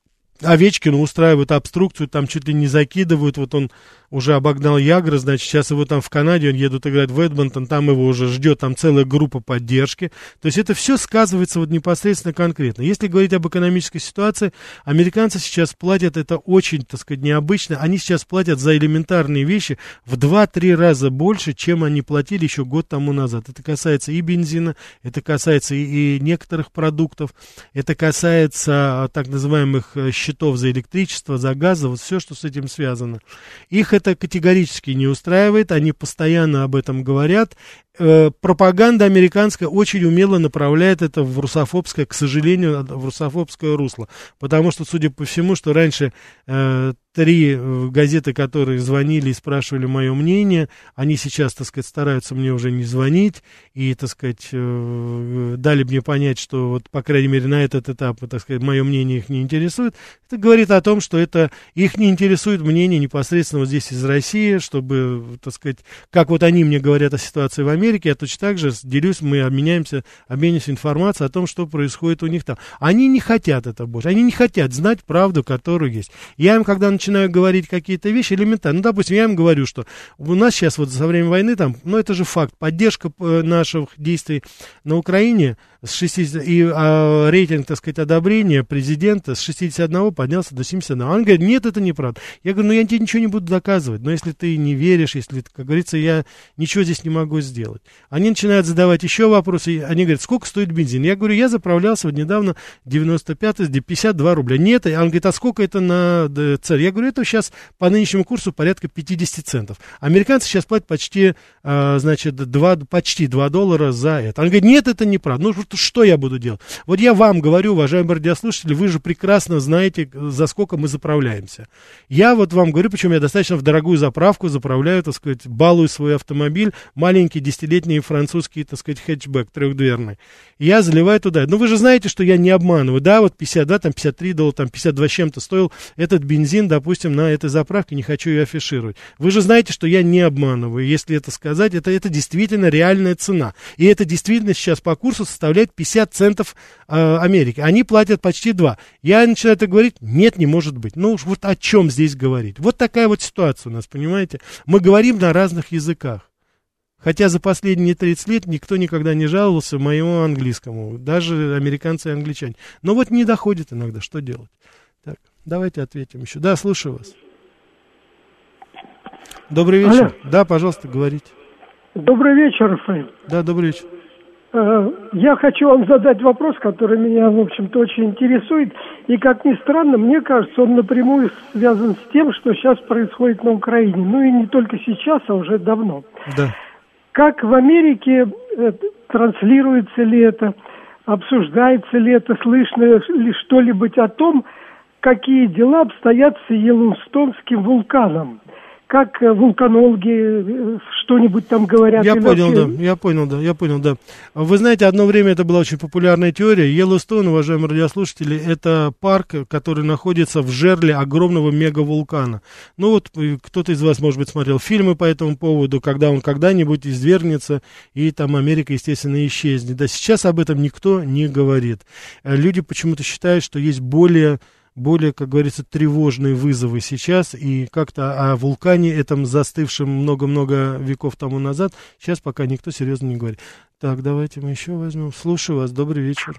Овечкину устраивают обструкцию, там чуть ли не закидывают, вот он уже обогнал Ягра, значит, сейчас его там в Канаде, он едут играть в Эдмонтон, там его уже ждет, там целая группа поддержки. То есть это все сказывается вот непосредственно конкретно. Если говорить об экономической ситуации, американцы сейчас платят, это очень, так сказать, необычно, они сейчас платят за элементарные вещи в два-три раза больше, чем они платили еще год тому назад. Это касается и бензина, это касается и, и некоторых продуктов, это касается так называемых счетов за электричество, за газ, за вот все, что с этим связано. Их это категорически не устраивает, они постоянно об этом говорят. Э, пропаганда американская очень умело направляет это в русофобское, к сожалению, в русофобское русло. Потому что, судя по всему, что раньше э, три газеты, которые звонили и спрашивали мое мнение, они сейчас, так сказать, стараются мне уже не звонить и, так сказать, э, дали мне понять, что, вот, по крайней мере, на этот этап, так сказать, мое мнение их не интересует. Это говорит о том, что это их не интересует мнение непосредственно вот здесь из России, чтобы, так сказать, как вот они мне говорят о ситуации в Америке, я точно так же делюсь, мы обменяемся, обмениваемся информацией о том, что происходит у них там. Они не хотят это больше, они не хотят знать правду, которую есть. Я им, когда начинаю говорить какие-то вещи элементарно, ну, допустим, я им говорю, что у нас сейчас вот за время войны там, ну, это же факт, поддержка наших действий на Украине с шестидесяти, и а, рейтинг, так сказать, одобрения президента с шестидесяти одного поднялся до семидесяти одного. Он говорит: нет, это неправда. Я говорю: ну, я тебе ничего не буду доказывать, но если ты не веришь, если, как говорится, я ничего здесь не могу сделать. Они начинают задавать еще вопросы, они говорят: сколько стоит бензин? Я говорю: я заправлялся вот недавно девяносто пятый, пятьдесят два рубля. Нет, он говорит: а сколько это на цель? Я говорю: это сейчас по нынешнему курсу порядка пятьдесят центов. Американцы сейчас платят почти, а, значит, два, почти два доллара за это. Он говорит: нет, это неправда. Ну, что я буду делать? Вот я вам говорю, уважаемые радиослушатели, вы же прекрасно знаете, за сколько мы заправляемся. Я вот вам говорю, причем я достаточно в дорогую заправку заправляю, так сказать, балую свой автомобиль, маленький десятилетний французский, так сказать, хэтчбэк трехдверный. Я заливаю туда. Ну, вы же знаете, что я не обманываю. Да, вот пятьдесят два, там пятьдесят три доллара, там пятьдесят два с чем-то стоил этот бензин, допустим, на этой заправке, не хочу ее афишировать. Вы же знаете, что я не обманываю. Если это сказать, это, это действительно реальная цена. И это действительно сейчас по курсу составляет пятьдесят центов э, Америки. Они платят почти два. Я начинаю это говорить: нет, не может быть. Ну уж вот о чем здесь говорить? Вот такая вот ситуация у нас, понимаете? Мы говорим на разных языках. Хотя за последние тридцать лет никто никогда не жаловался моему английскому. Даже американцы и англичане. Но вот не доходит иногда. Что делать? Так, давайте ответим еще. Да, слушаю вас. Добрый вечер. Алло. Да, пожалуйста, говорите. Добрый вечер, Рафаэль. Да, добрый вечер. Я хочу вам задать вопрос, который меня, в общем-то, очень интересует. И, как ни странно, мне кажется, он напрямую связан с тем, что сейчас происходит на Украине. Ну и не только сейчас, а уже давно. Да. Как в Америке транслируется ли это, обсуждается ли это, слышно ли что-либо о том, какие дела обстоят с Йеллоустонским вулканом? Как вулканологи что-нибудь там говорят? Я понял, вообще... да, я понял, да, я понял, да. Вы знаете, одно время это была очень популярная теория. Йеллоустон, уважаемые радиослушатели, это парк, который находится в жерле огромного мегавулкана. Ну вот, кто-то из вас, может быть, смотрел фильмы по этому поводу, когда он когда-нибудь извергнется, и там Америка, естественно, исчезнет. Да, сейчас об этом никто не говорит. Люди почему-то считают, что есть более... более, как говорится, тревожные вызовы сейчас, и как-то о вулкане этом застывшем много-много веков тому назад сейчас пока никто серьезно не говорит. Так, давайте мы еще возьмем. Слушаю вас, добрый вечер.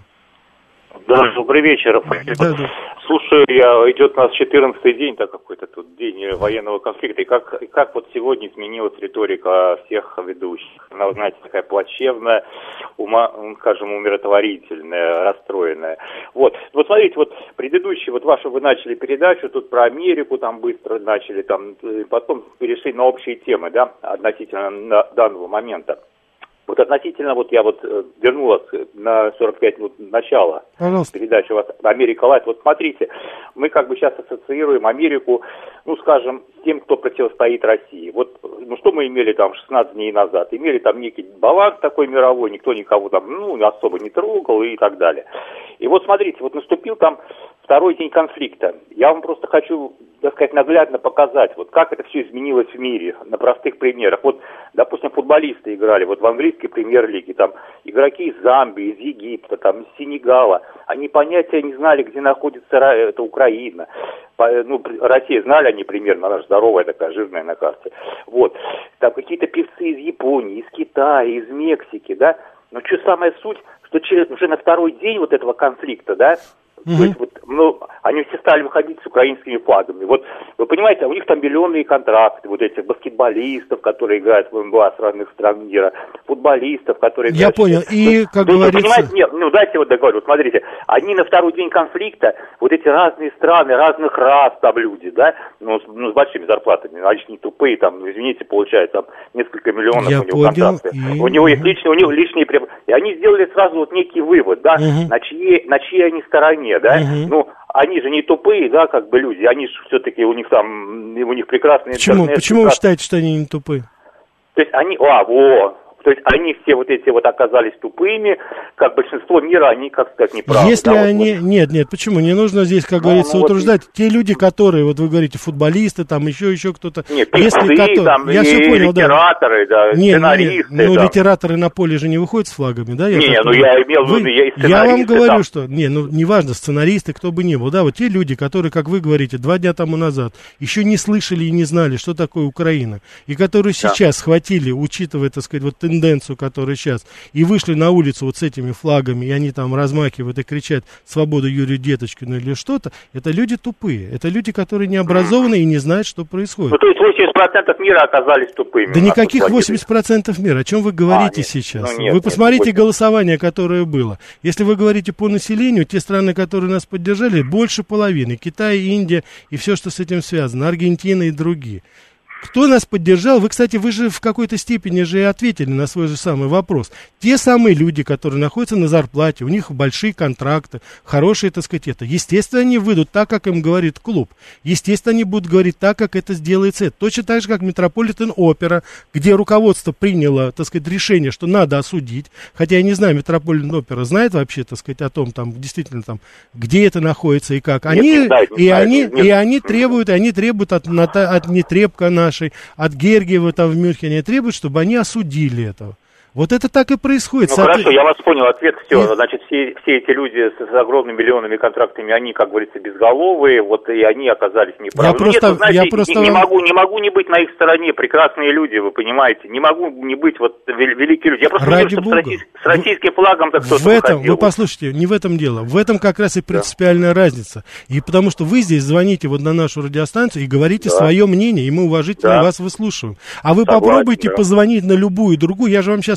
Да, добрый вечер. Да, да. Слушаю, я, идет у нас четырнадцатый день, так какой-то тут день военного конфликта, и как, и как вот сегодня изменилась риторика всех ведущих. Она, знаете, такая плачевная, ума, скажем, умиротворительная, расстроенная. Вот, вот смотрите, вот предыдущий, вот вашу вы начали передачу, тут про Америку там быстро начали, там, потом перешли на общие темы, да, относительно данного момента. Вот относительно, вот я вот э, вернулась на сорок пять минут начала передачи у вас «Америка Лайт». Вот смотрите, мы как бы сейчас ассоциируем Америку, ну, скажем, с тем, кто противостоит России. Вот, ну, что мы имели там шестнадцать дней назад? Имели там некий баланс такой мировой, никто никого там, ну, особо не трогал и так далее. И вот смотрите, вот наступил там второй день конфликта. Я вам просто хочу, так сказать, наглядно показать, вот как это все изменилось в мире на простых примерах. Вот, допустим, футболисты играли вот в английской премьер-лиге, там игроки из Замбии, из Египта, там из Сенегала, они понятия не знали, где находится эта Украина. Ну, Россия знали они примерно, она же здоровая такая, жирная на карте. Вот, там какие-то певцы из Японии, из Китая, из Мексики, да. Но что самая суть, что через, уже на второй день вот этого конфликта, да, Mm-hmm. То есть, вот, ну, они все стали выходить с украинскими флагами. Вот, вы понимаете, у них там миллионные контракты, вот этих баскетболистов, которые играют в эн бэ а с разных стран мира, футболистов, которые Я играют... понял, и, как ну, говорится... Вы понимаете, нет, ну, дайте вот договорю, вот смотрите, они на второй день конфликта, вот эти разные страны, разных рас там люди, да, ну, с, ну, с большими зарплатами, они же не тупые, там, извините, получают там несколько миллионов Я у него понял, контракты. И... У него есть личные, у него личные... И они сделали сразу вот некий вывод, да, Mm-hmm. на чьей, на чьей они стороне, да, Угу. ну, они же не тупые, да, как бы люди, они же все-таки, у них там, у них прекрасный Почему? интернет. Почему прекрасный... вы считаете, что они не тупые? То есть они, а, во, то есть они все вот эти вот оказались тупыми, как большинство мира, они, как сказать, неправы. Если да, они, вот, нет, нет, почему? Не нужно здесь, как ну, говорится, ну, утруждать. Вот... Те люди, которые, вот вы говорите, футболисты, там еще, еще кто-то. Нет, певцы, если там, я и все понял, литераторы, да, да нет, сценаристы. Нет, ну, да. литераторы на поле же не выходят с флагами, да? Я не, ну понимаю. я имел в виду, я и сценаристы. Я вам говорю, там. что, не, ну, неважно, сценаристы, кто бы ни был, да, вот те люди, которые, как вы говорите, два дня тому назад еще не слышали и не знали, что такое Украина, и которые да. сейчас схватили, учитывая, так сказать, вот тенденцию, которая сейчас, и вышли на улицу вот с этими флагами, и они там размахивают и кричат «Свободу Юрию Деточкину» или что-то, это люди тупые, это люди, которые не образованы и не знают, что происходит. Ну, то есть восемьдесят процентов мира оказались тупыми. Да никаких восемьдесят процентов мира, о чем вы говорите а, нет. сейчас? Ну, нет, вы посмотрите нет, голосование, которое было. Если вы говорите по населению, те страны, которые нас поддержали, больше половины. Китай, Индия и все, что с этим связано, Аргентина и другие. Кто нас поддержал? Вы, кстати, вы же в какой-то степени же и ответили на свой же самый вопрос. Те самые люди, которые находятся на зарплате, у них большие контракты, хорошие, так сказать, это. Естественно, они выйдут так, как им говорит клуб. Естественно, они будут говорить так, как это сделается. Это. Точно так же, как Метрополитен-опера, где руководство приняло, так сказать, решение, что надо осудить. Хотя я не знаю, Метрополитен-опера знает вообще, так сказать, о том, там, действительно, там, где это находится и как. Они, нет, не знаю, не и, знаю, они, нет. и они требуют, и они требуют от, от, от нетребка нашей, от Гергиева там в Мюнхене требуют, чтобы они осудили этого. Вот это так и происходит. Ну Соответ... хорошо, я вас понял, ответ все. И... Значит, все, все эти люди с, с огромными миллионными контрактами, они, как говорится, безголовые, вот и они оказались неправы. Я ну, просто, нет, знаете, я просто... не, не, могу, не могу не быть на их стороне, прекрасные люди, вы понимаете, не могу не быть вот великие люди. Я просто Ради вижу, Бога. Что с, российским, с российским флагом так кто-то в этом, выходил. Вы послушайте, не в этом дело, в этом как раз и принципиальная да. разница. И потому что вы здесь звоните вот на нашу радиостанцию и говорите да. свое мнение, и мы уважительно да. вас выслушиваем. А вы Согласен, попробуйте да. позвонить на любую другую, я же вам сейчас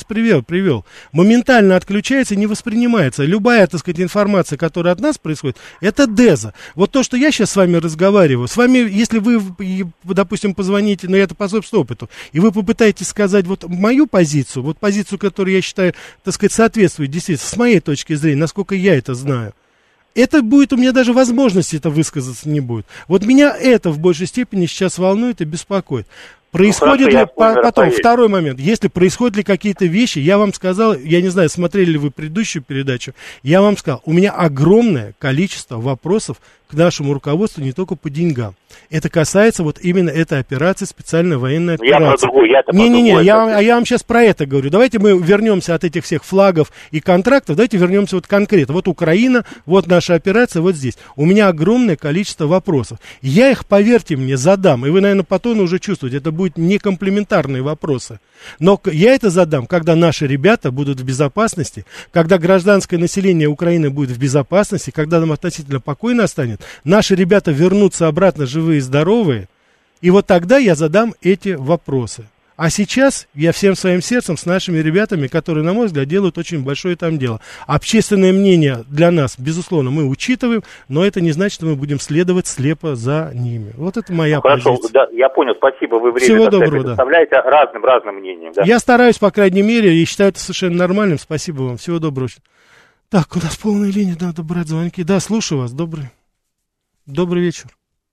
сейчас привел, привел, моментально отключается и не воспринимается. Любая, так сказать, информация, которая от нас происходит, это деза. Вот то, что я сейчас с вами разговариваю, с вами, если вы, допустим, позвоните, но это по собственному опыту, и вы попытаетесь сказать вот мою позицию, вот позицию, которую я считаю, так сказать, соответствует действительно, с моей точки зрения, насколько я это знаю, это будет, у меня даже возможности это высказаться не будет. Вот меня это в большей степени сейчас волнует и беспокоит. Происходит ну, ли, по, потом, второй момент, если происходят ли какие-то вещи, я вам сказал, я не знаю, смотрели ли вы предыдущую передачу, я вам сказал, у меня огромное количество вопросов к нашему руководству не только по деньгам. Это касается вот именно этой операции, специальной военной операции. Я про другую, я Не-не-не, я, я вам сейчас про это говорю. Давайте мы вернемся от этих всех флагов и контрактов, давайте вернемся вот конкретно. Вот Украина, вот наша операция, вот здесь. У меня огромное количество вопросов. Я их, поверьте мне, задам, и вы, наверное, по тону уже чувствуете, это будут не комплиментарные вопросы. Но я это задам, когда наши ребята будут в безопасности, когда гражданское население Украины будет в безопасности, когда нам относительно покойно останет, наши ребята вернутся обратно живые и здоровые, и вот тогда я задам эти вопросы. А сейчас я всем своим сердцем с нашими ребятами, которые, на мой взгляд, делают очень большое там дело. Общественное мнение для нас, безусловно, мы учитываем, но это не значит, что мы будем следовать слепо за ними. Вот это моя Хорошо, позиция. Да, я понял, спасибо. Вы время Всего доброго, представляете да. разным, разным мнением. Да? Я стараюсь, по крайней мере, и считаю это совершенно нормальным. Спасибо вам. Всего доброго. Так, у нас полная линия, надо брать звонки. Да, слушаю вас. Добрый, добрый вечер.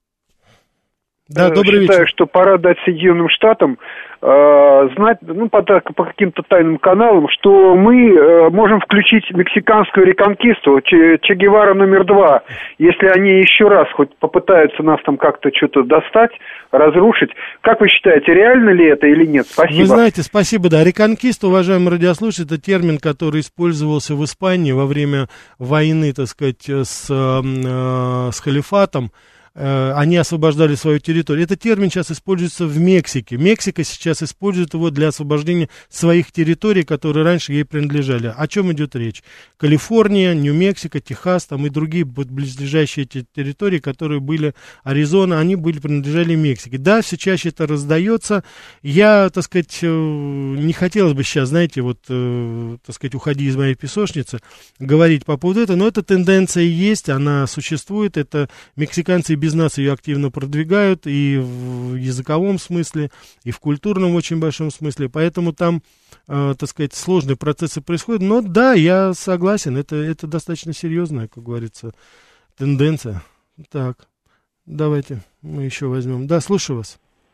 Да, добрый Считаю, вечер. что пора дать Соединенным Штатам э, знать, ну, по, по каким-то тайным каналам, что мы э, можем включить мексиканскую реконкисту, Че, Че Гевара номер два, если они еще раз хоть попытаются нас там как-то что-то достать, разрушить. Как вы считаете, реально ли это или нет? Спасибо. Вы знаете, спасибо, да. Реконкиста, уважаемый радиослушатель, это термин, который использовался в Испании во время войны, так сказать, с, э, с халифатом. Они освобождали свою территорию. Этот термин сейчас используется в Мексике. Мексика сейчас использует его для освобождения своих территорий, которые раньше ей принадлежали. О чем идет речь? Калифорния, Нью-Мексико, Техас, там и другие близлежащие эти территории, которые были, Аризона, они были, принадлежали Мексике. Да, все чаще это раздается. Я, так сказать, не хотелось бы сейчас, знаете, вот, так сказать, уходи из моей песочницы, говорить по поводу этого, но эта тенденция есть, она существует, это мексиканцы без нас ее активно продвигают и в языковом смысле, и в культурном очень большом смысле, поэтому там, э, так сказать, сложные процессы происходят, но да, я согласен, это, это достаточно серьезная, как говорится, тенденция. Так, давайте мы еще возьмем. Да, слушаю вас.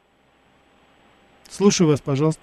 Слушаю вас, пожалуйста.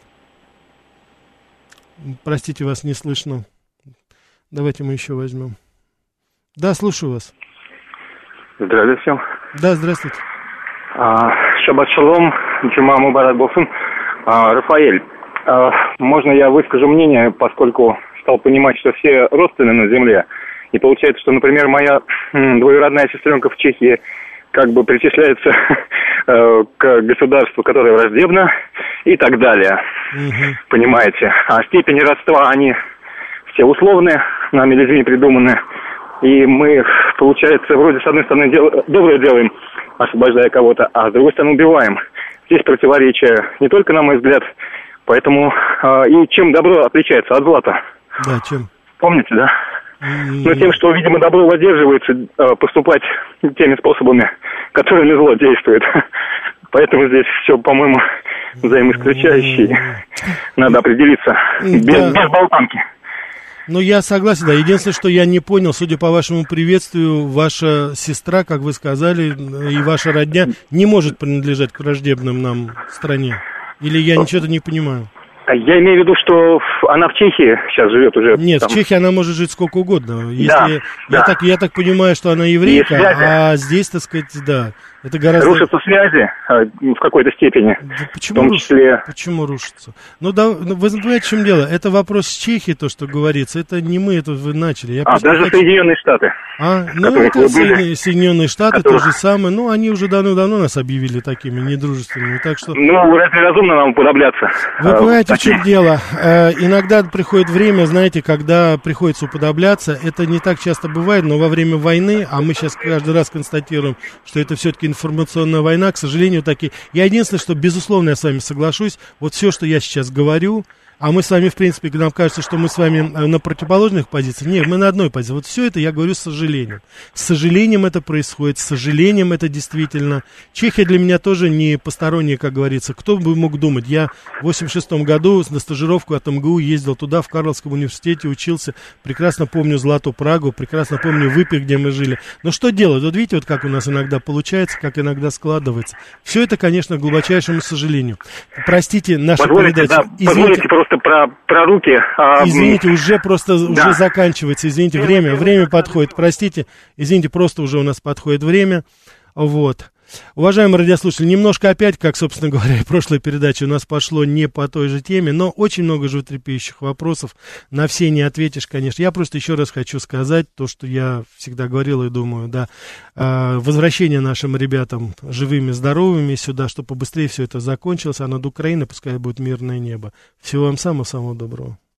Простите, вас не слышно. Давайте мы еще возьмем. Да, слушаю вас. Здравия всем. Да, здравствуйте. А, Шаббат шалом, Джума мубарак болсун. А, Рафаэль, а, можно я выскажу мнение, поскольку стал понимать, что все родственны на земле. И получается, что, например, моя двоюродная сестренка в Чехии как бы причисляется к государству, которое враждебно и так далее. Угу. Понимаете? А степени родства, они все условные, нами людьми придуманы. И мы, получается, вроде с одной стороны дел... доброе делаем, освобождая кого-то, а с другой стороны убиваем. Здесь противоречие не только, на мой взгляд, поэтому э, и чем добро отличается от зла-то? Да, чем? Помните, да? Mm-hmm. Ну, тем, что, видимо, добро воздерживается э, поступать теми способами, которыми зло действует. Поэтому здесь все, по-моему, взаимоисключающее. Mm-hmm. Надо определиться. Без, да. без болтанки. Ну, я согласен, да. Единственное, что я не понял, судя по вашему приветствию, ваша сестра, как вы сказали, и ваша родня не может принадлежать к враждебным нам стране. Или я ничего-то не понимаю? Я имею в виду, что она в Чехии сейчас живет уже. Нет, там. В Чехии она может жить сколько угодно. Если, да, я, да. Так, я так понимаю, что она еврейка, а здесь, так сказать, да. Это гораздо... Рушатся связи в какой-то степени, да почему в том числе... Руш... Почему рушатся? Ну, да, ну, вы знаете, в чем дело? Это вопрос с Чехии, то, что говорится. Это не мы, это вы начали. Я а, даже хочу... Соединенные Штаты. А, ну, это Соединенные, Соединенные Штаты, которых... то же самое. Ну, они уже давно-давно нас объявили такими недружественными, так что... Ну, разве разумно нам уподобляться? Вы понимаете, а, в чем дело? Э, иногда приходит время, знаете, когда приходится уподобляться. Это не так часто бывает, но во время войны, а мы сейчас каждый раз констатируем, что это все-таки информационная война, к сожалению, таки. Я единственное, что, безусловно, я с вами соглашусь, вот все, что я сейчас говорю, а мы с вами, в принципе, нам кажется, что мы с вами на противоположных позициях. Нет, мы на одной позиции. Вот все это я говорю с сожалением. С сожалением это происходит, с сожалением это действительно. Чехия для меня тоже не посторонняя, как говорится. Кто бы мог думать? Я в восемьдесят шестом году на стажировку от эм гэ у ездил туда, в Карловском университете учился. Прекрасно помню Злату Прагу, прекрасно помню Выпи, где мы жили. Но что делать? Вот видите, вот как у нас иногда получается, как иногда складывается. Все это, конечно, к глубочайшему сожалению. Простите, наша позволите, передача. Да, позволите просто про, про руки. А... Извините, уже просто да. уже заканчивается. Извините, время, время подходит. Простите, извините, просто уже у нас подходит время. Вот. Уважаемые радиослушатели, немножко опять, как, собственно говоря, в прошлой передаче у нас пошло не по той же теме, но очень много животрепещущих вопросов, на все не ответишь, конечно. Я просто еще раз хочу сказать то, что я всегда говорил и думаю, да, возвращение нашим ребятам живыми, здоровыми сюда, чтобы побыстрее все это закончилось, а над Украиной пускай будет мирное небо. Всего вам самого-самого доброго.